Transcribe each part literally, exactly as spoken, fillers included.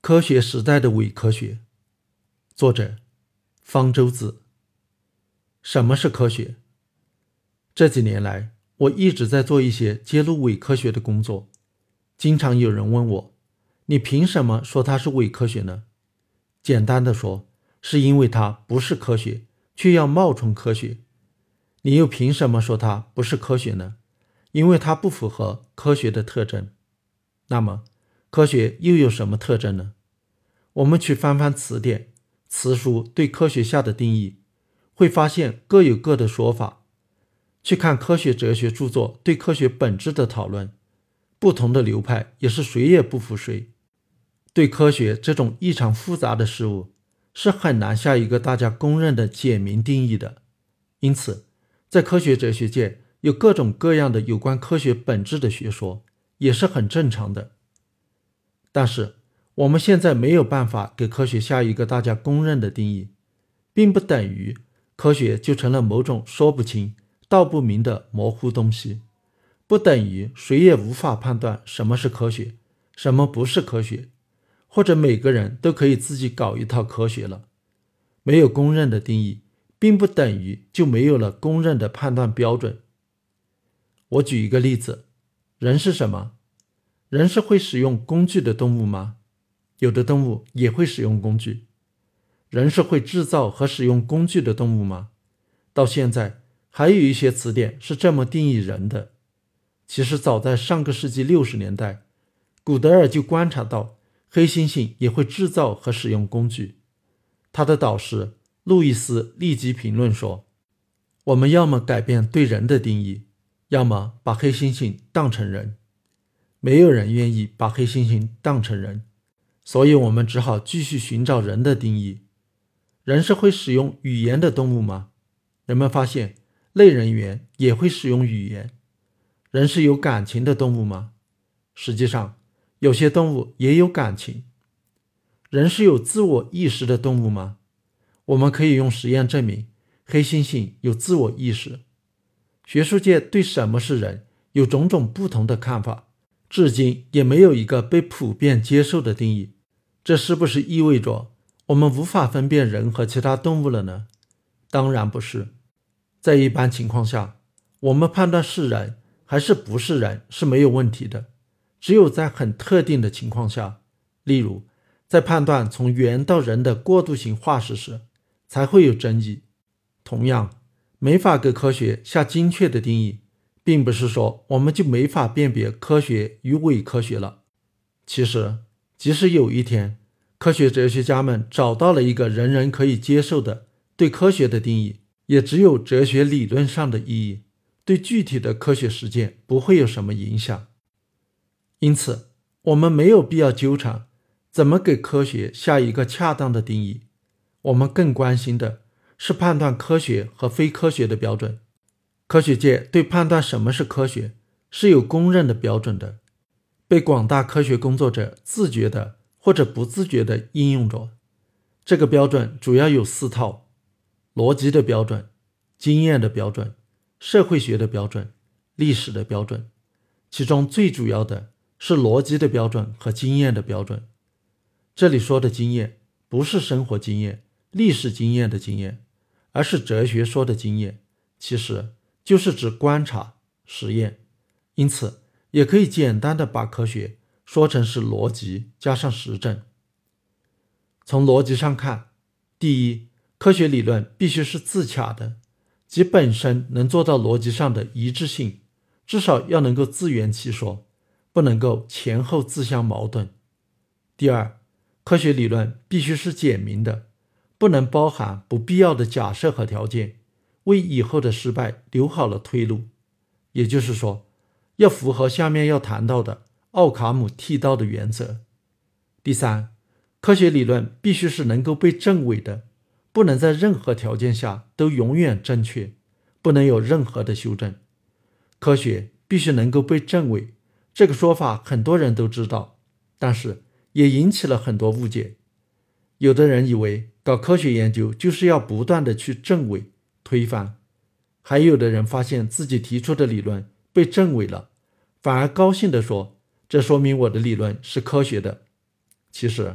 科学时代的伪科学，作者方舟子。什么是科学？这几年来，我一直在做一些揭露伪科学的工作。经常有人问我，你凭什么说它是伪科学呢？简单的说，是因为它不是科学，却要冒充科学。你又凭什么说它不是科学呢？因为它不符合科学的特征。那么，科学又有什么特征呢？我们去翻翻词典、词书对科学下的定义，会发现各有各的说法。去看科学哲学著作对科学本质的讨论，不同的流派也是谁也不服谁。对科学这种异常复杂的事物，是很难下一个大家公认的简明定义的。因此，在科学哲学界有各种各样的有关科学本质的学说，也是很正常的。但是，我们现在没有办法给科学下一个大家公认的定义，并不等于科学就成了某种说不清道不明的模糊东西，不等于谁也无法判断什么是科学，什么不是科学，或者每个人都可以自己搞一套科学了。没有公认的定义，并不等于就没有了公认的判断标准。我举一个例子，人是什么？人是会使用工具的动物吗？有的动物也会使用工具。人是会制造和使用工具的动物吗？到现在，还有一些词典是这么定义人的。其实早在上个世纪六十年代，古德尔就观察到黑猩猩也会制造和使用工具。他的导师路易斯立即评论说，我们要么改变对人的定义，要么把黑猩猩当成人。没有人愿意把黑猩猩当成人，所以我们只好继续寻找人的定义。人是会使用语言的动物吗？人们发现类人猿也会使用语言。人是有感情的动物吗？实际上，有些动物也有感情。人是有自我意识的动物吗？我们可以用实验证明黑猩猩有自我意识。学术界对什么是人有种种不同的看法，至今也没有一个被普遍接受的定义。这是不是意味着我们无法分辨人和其他动物了呢？当然不是。在一般情况下，我们判断是人还是不是人是没有问题的，只有在很特定的情况下，例如在判断从猿到人的过渡性化石时，才会有争议。同样，没法给科学下精确的定义，并不是说我们就没法辨别科学与伪科学了。其实，即使有一天，科学哲学家们找到了一个人人可以接受的对科学的定义，也只有哲学理论上的意义，对具体的科学实践不会有什么影响。因此，我们没有必要纠缠怎么给科学下一个恰当的定义，我们更关心的是判断科学和非科学的标准。科学界对判断什么是科学是有公认的标准的，被广大科学工作者自觉的或者不自觉地应用着。这个标准主要有四套：逻辑的标准、经验的标准、社会学的标准、历史的标准。其中最主要的是逻辑的标准和经验的标准。这里说的经验不是生活经验、历史经验的经验，而是哲学说的经验，其实就是指观察、实验。因此，也可以简单的把科学说成是逻辑加上实证。从逻辑上看，第一，科学理论必须是自洽的，即本身能做到逻辑上的一致性，至少要能够自圆其说，不能够前后自相矛盾。第二，科学理论必须是简明的，不能包含不必要的假设和条件，为以后的失败留好了退路。也就是说，要符合下面要谈到的奥卡姆剃刀的原则。第三，科学理论必须是能够被证伪的，不能在任何条件下都永远正确，不能有任何的修正。科学必须能够被证伪，这个说法很多人都知道，但是也引起了很多误解。有的人以为搞科学研究就是要不断的去证伪、推翻，还有的人发现自己提出的理论被证伪了，反而高兴地说，这说明我的理论是科学的。其实，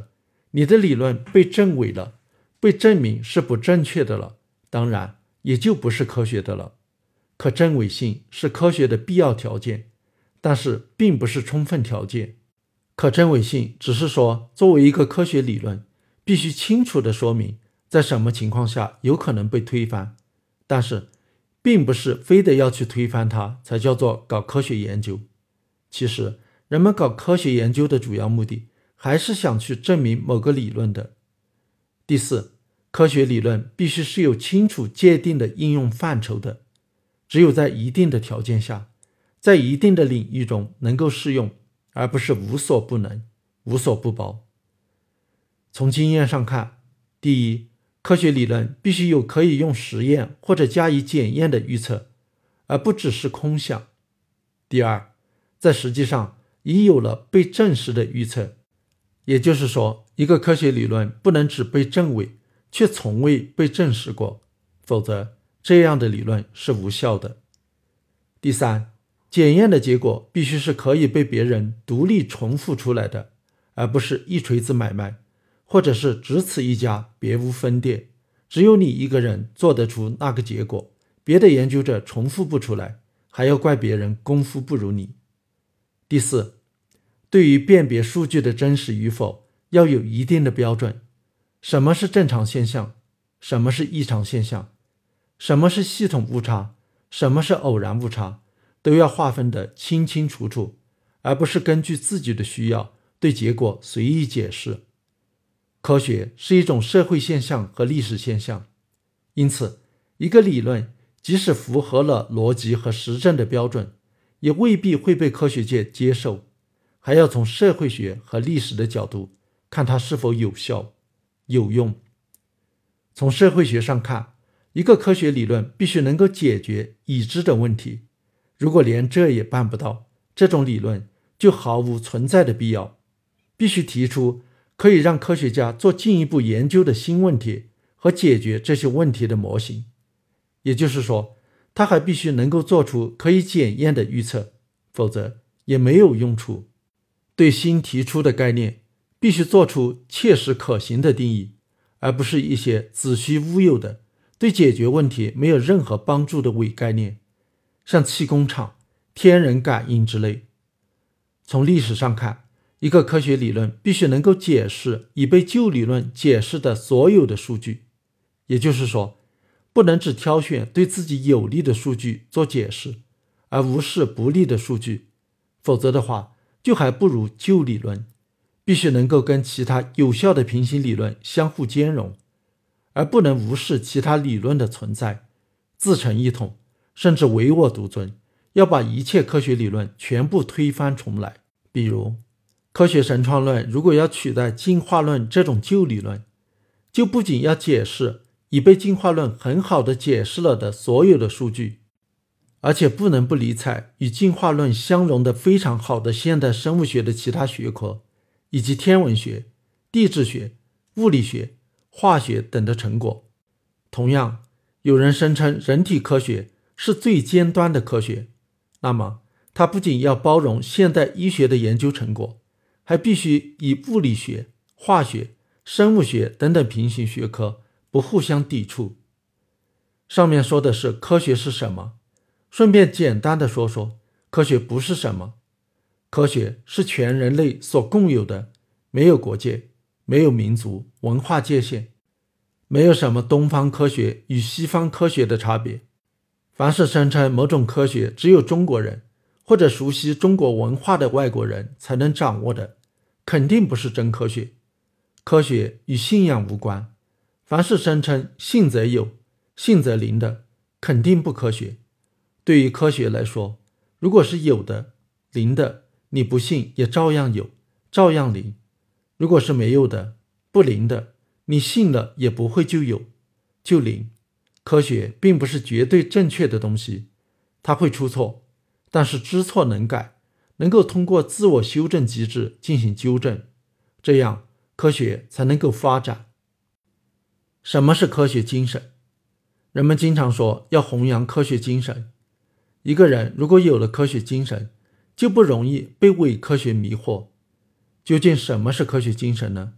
你的理论被证伪了，被证明是不正确的了，当然也就不是科学的了。可证伪性是科学的必要条件，但是并不是充分条件。可证伪性只是说，作为一个科学理论，必须清楚地说明在什么情况下有可能被推翻，但是并不是非得要去推翻它才叫做搞科学研究。其实人们搞科学研究的主要目的还是想去证明某个理论的。第四，科学理论必须是有清楚界定的应用范畴的，只有在一定的条件下，在一定的领域中能够适用，而不是无所不能、无所不包。从经验上看，第一，科学理论必须有可以用实验或者加以检验的预测，而不只是空想。第二，在实际上已有了被证实的预测，也就是说，一个科学理论不能只被证伪，却从未被证实过，否则这样的理论是无效的。第三，检验的结果必须是可以被别人独立重复出来的，而不是一锤子买卖，或者是只此一家，别无分店，只有你一个人做得出那个结果，别的研究者重复不出来，还要怪别人功夫不如你。第四，对于辨别数据的真实与否，要有一定的标准。什么是正常现象？什么是异常现象？什么是系统误差？什么是偶然误差？都要划分得清清楚楚，而不是根据自己的需要对结果随意解释。科学是一种社会现象和历史现象，因此一个理论即使符合了逻辑和实证的标准，也未必会被科学界接受，还要从社会学和历史的角度看它是否有效、有用。从社会学上看，一个科学理论必须能够解决已知的问题，如果连这也办不到，这种理论就毫无存在的必要。必须提出可以让科学家做进一步研究的新问题和解决这些问题的模型，也就是说，他还必须能够做出可以检验的预测，否则也没有用处。对新提出的概念必须做出切实可行的定义，而不是一些子虚乌有的对解决问题没有任何帮助的伪概念，像气工厂、天人感应之类。从历史上看，一个科学理论必须能够解释已被旧理论解释的所有的数据，也就是说，不能只挑选对自己有利的数据做解释，而无视不利的数据，否则的话，就还不如旧理论。必须能够跟其他有效的平行理论相互兼容，而不能无视其他理论的存在，自成一统，甚至唯我独尊，要把一切科学理论全部推翻重来。比如，科学神创论如果要取代进化论这种旧理论，就不仅要解释已被进化论很好的解释了的所有的数据，而且不能不理睬与进化论相融的非常好的现代生物学的其他学科，以及天文学、地质学、物理学、化学等的成果。同样，有人声称人体科学是最尖端的科学，那么它不仅要包容现代医学的研究成果，还必须以物理学、化学、生物学等等平行学科不互相抵触。上面说的是科学是什么，顺便简单的说说科学不是什么。科学是全人类所共有的，没有国界，没有民族、文化界限，没有什么东方科学与西方科学的差别。凡是声称某种科学只有中国人或者熟悉中国文化的外国人才能掌握的，肯定不是真科学。科学与信仰无关，凡是声称信则有，信则灵的，肯定不科学。对于科学来说，如果是有的、灵的，你不信也照样有，照样灵。如果是没有的、不灵的，你信了也不会就有，就灵。科学并不是绝对正确的东西，它会出错，但是知错能改，能够通过自我修正机制进行纠正，这样科学才能够发展。什么是科学精神？人们经常说要弘扬科学精神。一个人如果有了科学精神，就不容易被伪科学迷惑。究竟什么是科学精神呢？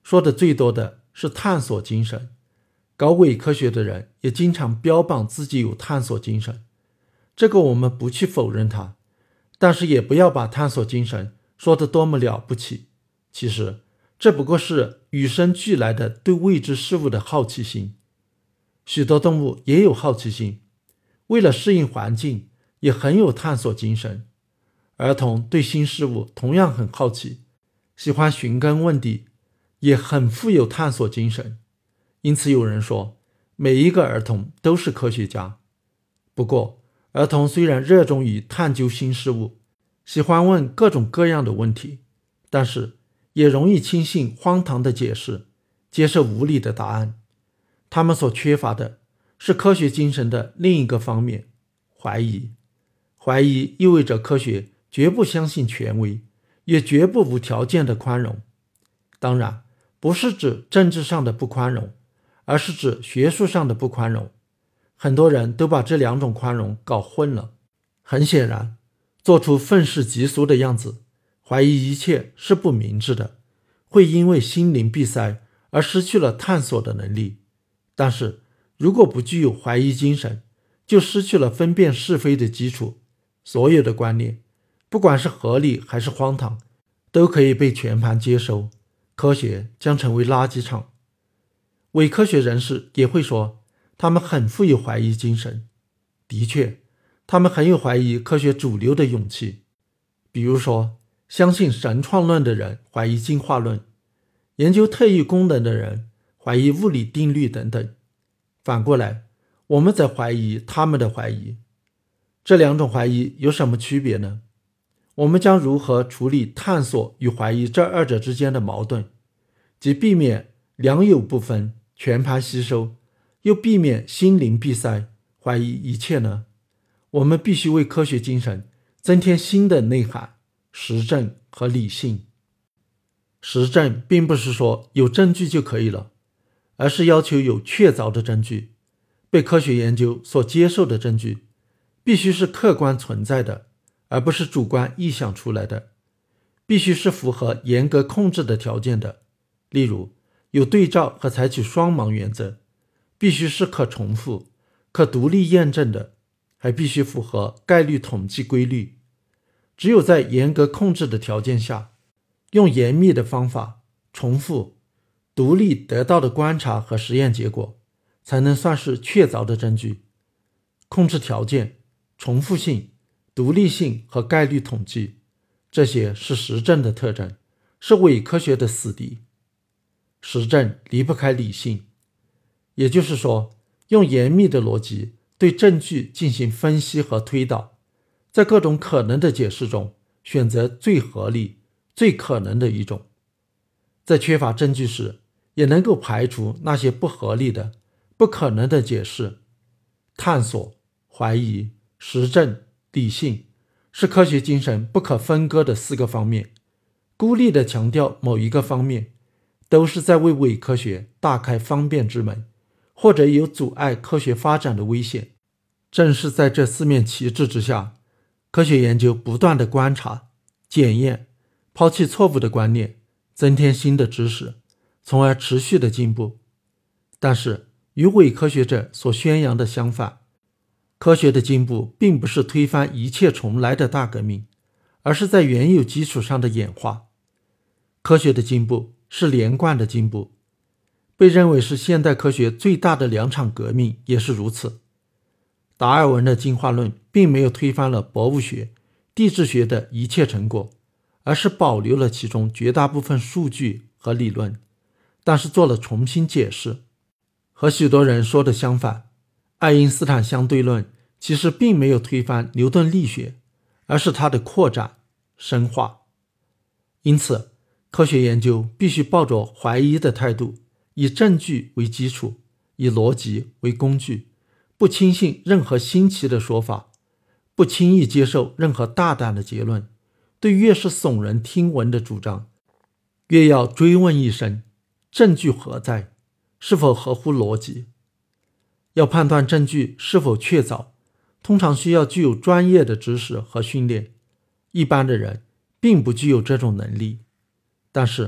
说的最多的是探索精神。搞伪科学的人也经常标榜自己有探索精神，这个我们不去否认它，但是也不要把探索精神说得多么了不起。其实这不过是与生俱来的对未知事物的好奇心。许多动物也有好奇心，为了适应环境也很有探索精神。儿童对新事物同样很好奇，喜欢寻根问底，也很富有探索精神。因此有人说，每一个儿童都是科学家。不过，儿童虽然热衷于探究新事物，喜欢问各种各样的问题，但是也容易轻信荒唐的解释，接受无理的答案。他们所缺乏的是科学精神的另一个方面，怀疑。怀疑意味着科学绝不相信权威，也绝不无条件的宽容。当然，不是指政治上的不宽容，而是指学术上的不宽容。很多人都把这两种宽容搞混了。很显然，做出愤世嫉俗的样子，怀疑一切是不明智的，会因为心灵闭塞而失去了探索的能力。但是，如果不具有怀疑精神，就失去了分辨是非的基础。所有的观念，不管是合理还是荒唐，都可以被全盘接收，科学将成为垃圾场。伪科学人士也会说，他们很富有怀疑精神。的确，他们很有怀疑科学主流的勇气。比如说，相信神创论的人怀疑进化论，研究特异功能的人怀疑物理定律等等。反过来，我们在怀疑他们的怀疑。这两种怀疑有什么区别呢？我们将如何处理探索与怀疑这二者之间的矛盾，即避免良莠不分、全盘吸收，又避免心灵闭塞、怀疑一切呢？我们必须为科学精神增添新的内涵、实证和理性。实证并不是说有证据就可以了，而是要求有确凿的证据，被科学研究所接受的证据必须是客观存在的，而不是主观臆想出来的，必须是符合严格控制的条件的，例如有对照和采取双盲原则，必须是可重复、可独立验证的，还必须符合概率统计规律。只有在严格控制的条件下，用严密的方法重复、独立得到的观察和实验结果，才能算是确凿的证据。控制条件、重复性、独立性和概率统计，这些是实证的特征，是伪科学的死敌。实证离不开理性，也就是说，用严密的逻辑对证据进行分析和推导，在各种可能的解释中选择最合理、最可能的一种。在缺乏证据时，也能够排除那些不合理的、不可能的解释。探索、怀疑、实证、理性是科学精神不可分割的四个方面，孤立地强调某一个方面，都是在为伪科学大开方便之门，或者有阻碍科学发展的危险。正是在这四面旗帜之下，科学研究不断地观察、检验，抛弃错误的观念，增添新的知识，从而持续的进步。但是与伪科学者所宣扬的相反，科学的进步并不是推翻一切重来的大革命，而是在原有基础上的演化。科学的进步是连贯的进步，被认为是现代科学最大的两场革命也是如此。达尔文的进化论并没有推翻了博物学、地质学的一切成果，而是保留了其中绝大部分数据和理论，但是做了重新解释。和许多人说的相反，爱因斯坦相对论其实并没有推翻牛顿力学，而是它的扩展、深化。因此，科学研究必须抱着怀疑的态度，以证据为基础，以逻辑为工具，不轻信任何新奇的说法，不轻易接受任何大胆的结论。对越是耸人听闻的主张，越要追问一声：证据何在？是否合乎逻辑？要判断证据是否确凿，通常需要具有专业的知识和训练，一般的人并不具有这种能力。但是，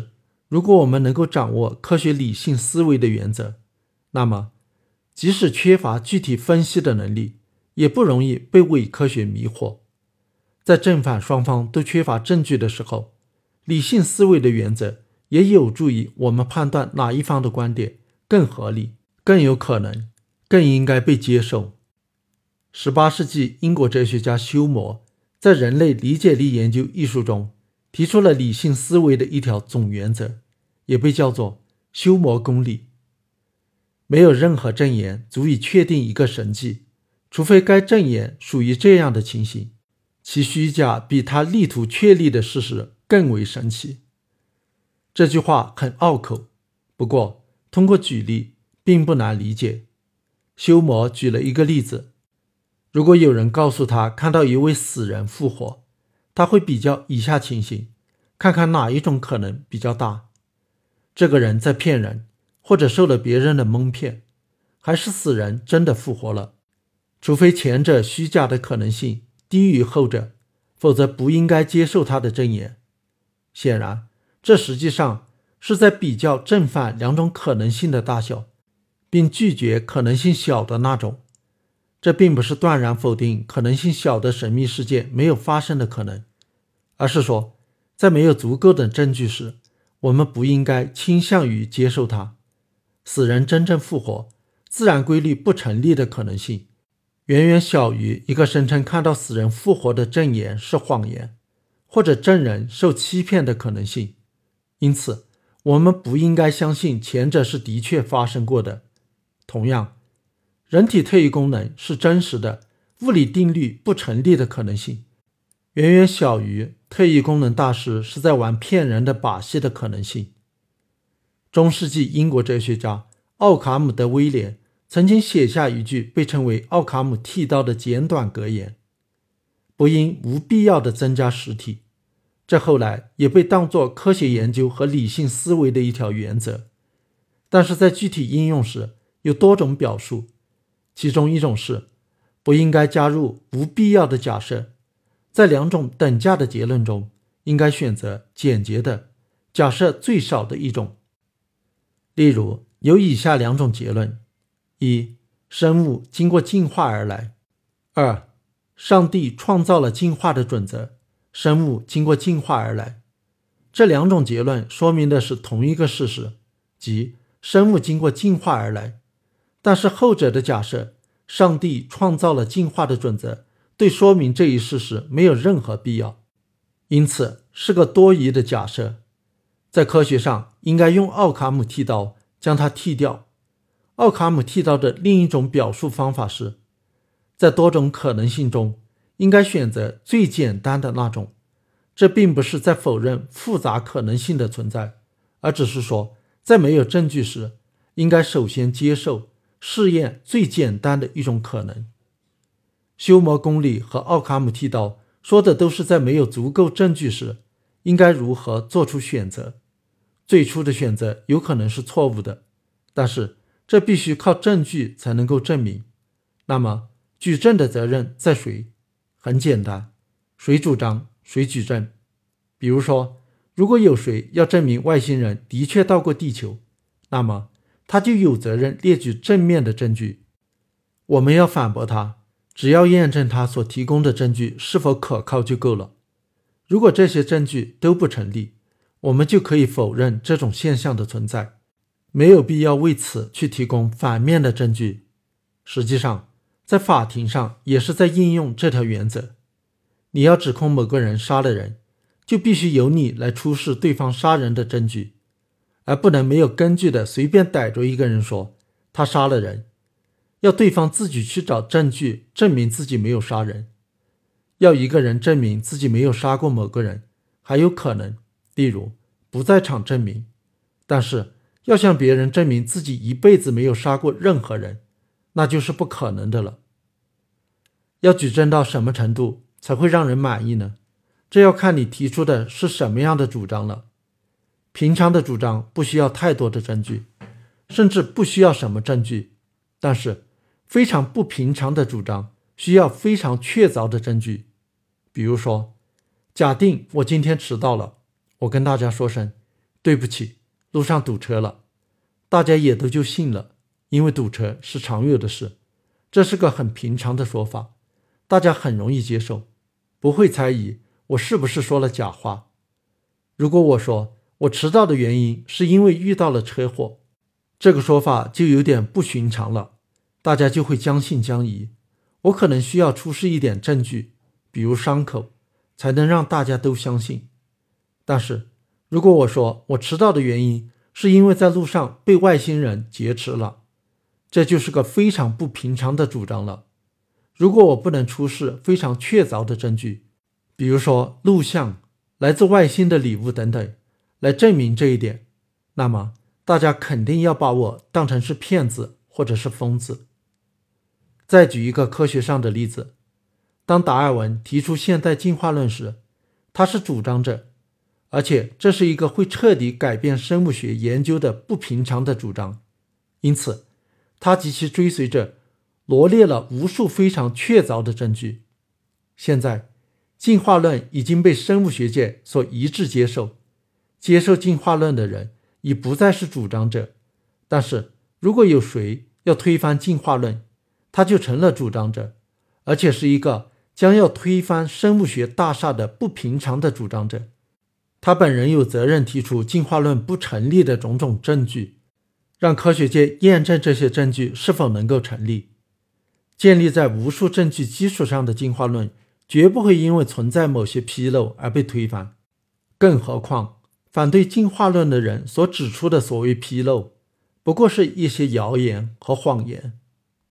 如果我们能够掌握科学理性思维的原则，那么即使缺乏具体分析的能力，也不容易被伪科学迷惑。在正反双方都缺乏证据的时候，理性思维的原则也有助于我们判断哪一方的观点更合理、更有可能、更应该被接受。十八世纪英国哲学家休谟在《人类理解力研究》一书中提出了理性思维的一条总原则，也被叫做休谟公理。没有任何证言足以确定一个神迹，除非该证言属于这样的情形，其虚假比他力图确立的事实更为神奇。这句话很拗口，不过通过举例并不难理解。休谟举了一个例子，如果有人告诉他看到一位死人复活，他会比较以下情形，看看哪一种可能比较大。这个人在骗人，或者受了别人的蒙骗，还是死人真的复活了。除非前者虚假的可能性低于后者，否则不应该接受他的证言。显然，这实际上是在比较正反两种可能性的大小，并拒绝可能性小的那种。这并不是断然否定可能性小的神秘事件没有发生的可能，而是说，在没有足够的证据时，我们不应该倾向于接受它。死人真正复活，自然规律不成立的可能性，远远小于一个声称看到死人复活的证言是谎言，或者证人受欺骗的可能性。因此，我们不应该相信前者是的确发生过的。同样，人体特异功能是真实的，物理定律不成立的可能性，远远小于特异功能大师是在玩骗人的把戏的可能性。中世纪英国哲学家奥卡姆德威廉曾经写下一句被称为奥卡姆剃刀的简短格言：不应无必要地增加实体。这后来也被当作科学研究和理性思维的一条原则，但是在具体应用时有多种表述，其中一种是不应该加入无必要的假设，在两种等价的结论中应该选择简洁的、假设最少的一种。例如，有以下两种结论：一、生物经过进化而来；二、上帝创造了进化的准则，生物经过进化而来。这两种结论说明的是同一个事实，即生物经过进化而来，但是后者的假设，上帝创造了进化的准则，对说明这一事实没有任何必要，因此是个多余的假设。在科学上应该用奥卡姆剃刀将它剃掉。奥卡姆剃刀的另一种表述方法是，在多种可能性中应该选择最简单的那种。这并不是在否认复杂可能性的存在，而只是说，在没有证据时，应该首先接受、试验最简单的一种可能。休谟公理和奥卡姆剃刀说的都是在没有足够证据时，应该如何做出选择。最初的选择有可能是错误的，但是这必须靠证据才能够证明。那么，举证的责任在谁？很简单，谁主张，谁举证。比如说，如果有谁要证明外星人的确到过地球，那么他就有责任列举正面的证据。我们要反驳他，只要验证他所提供的证据是否可靠就够了。如果这些证据都不成立，我们就可以否认这种现象的存在，没有必要为此去提供反面的证据。实际上，在法庭上也是在应用这条原则。你要指控某个人杀了人，就必须由你来出示对方杀人的证据，而不能没有根据的随便逮住一个人说他杀了人，要对方自己去找证据证明自己没有杀人。要一个人证明自己没有杀过某个人，还有可能，例如不在场证明，但是要向别人证明自己一辈子没有杀过任何人，那就是不可能的了。要举证到什么程度才会让人满意呢？这要看你提出的是什么样的主张了。平常的主张不需要太多的证据，甚至不需要什么证据，但是非常不平常的主张需要非常确凿的证据。比如说，假定我今天迟到了，我跟大家说声对不起， 路上堵车了，大家也都就信了，因为堵车是常有的事，这是个很平常的说法，大家很容易接受，不会猜疑我是不是说了假话。如果我说我迟到的原因是因为遇到了车祸，这个说法就有点不寻常了，大家就会将信将疑，我可能需要出示一点证据，比如伤口，才能让大家都相信。但是如果我说我迟到的原因是因为在路上被外星人劫持了，这就是个非常不平常的主张了。如果我不能出示非常确凿的证据，比如说录像、来自外星的礼物等等，来证明这一点，那么大家肯定要把我当成是骗子或者是疯子。再举一个科学上的例子，当达尔文提出现代进化论时，他是主张着，而且这是一个会彻底改变生物学研究的不平常的主张，因此他及其追随者罗列了无数非常确凿的证据。现在进化论已经被生物学界所一致接受，接受进化论的人已不再是主张者，但是如果有谁要推翻进化论，他就成了主张者，而且是一个将要推翻生物学大厦的不平常的主张者。他本人有责任提出进化论不成立的种种证据，让科学界验证这些证据是否能够成立。建立在无数证据基础上的进化论绝不会因为存在某些纰漏而被推翻，更何况反对进化论的人所指出的所谓纰漏，不过是一些谣言和谎言。